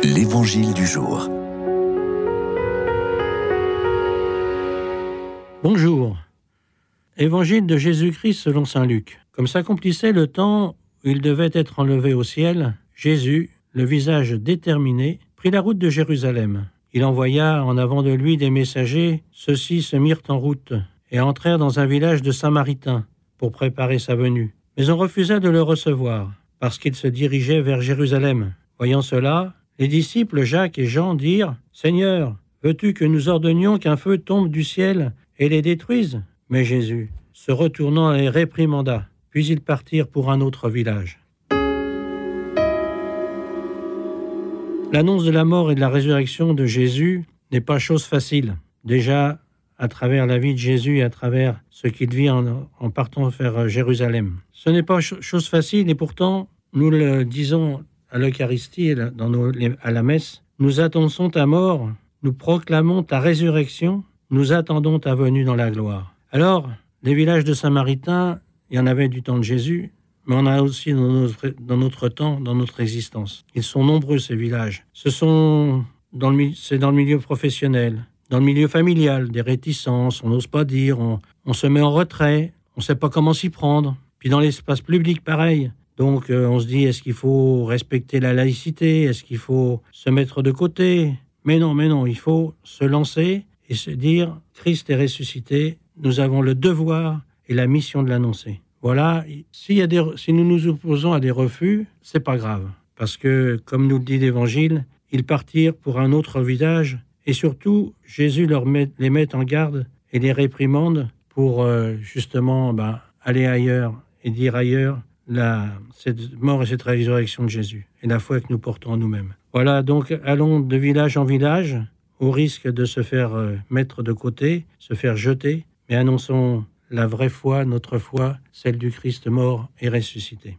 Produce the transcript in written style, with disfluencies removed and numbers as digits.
L'Évangile du jour. Bonjour. Évangile de Jésus-Christ selon saint Luc. Comme s'accomplissait le temps où il devait être enlevé au ciel, Jésus, le visage déterminé, prit la route de Jérusalem. Il envoya en avant de lui des messagers. Ceux-ci se mirent en route et entrèrent dans un village de Samaritains pour préparer sa venue. Mais on refusa de le recevoir parce qu'il se dirigeait vers Jérusalem. Voyant cela, les disciples Jacques et Jean dirent « Seigneur, veux-tu que nous ordonnions qu'un feu tombe du ciel et les détruise ?» Mais Jésus, se retournant, les réprimanda. Puis ils partirent pour un autre village. L'annonce de la mort et de la résurrection de Jésus n'est pas chose facile. Déjà, à travers la vie de Jésus et à travers ce qu'il vit en partant vers Jérusalem. Ce n'est pas chose facile et pourtant, nous le disons à l'Eucharistie, à la messe, nous attendons ta mort, nous proclamons ta résurrection, nous attendons ta venue dans la gloire. Alors, les villages de Samaritains, il y en avait du temps de Jésus, mais on a aussi dans notre temps, dans notre existence. Ils sont nombreux, ces villages. C'est dans le milieu professionnel, dans le milieu familial, des réticences, on n'ose pas dire, on se met en retrait, on ne sait pas comment s'y prendre. Puis dans l'espace public, pareil. Donc on se dit, est-ce qu'il faut respecter la laïcité? Est-ce qu'il faut se mettre de côté? Mais non, il faut se lancer et se dire, Christ est ressuscité, nous avons le devoir et la mission de l'annoncer. Voilà, si nous nous opposons à des refus, c'est pas grave. Parce que, comme nous le dit l'Évangile, ils partirent pour un autre village et surtout, Jésus les met en garde et les réprimande pour justement aller ailleurs et dire ailleurs cette mort et cette résurrection de Jésus et la foi que nous portons en nous-mêmes. Voilà, donc allons de village en village au risque de se faire mettre de côté, se faire jeter, mais annonçons la vraie foi, notre foi, celle du Christ mort et ressuscité.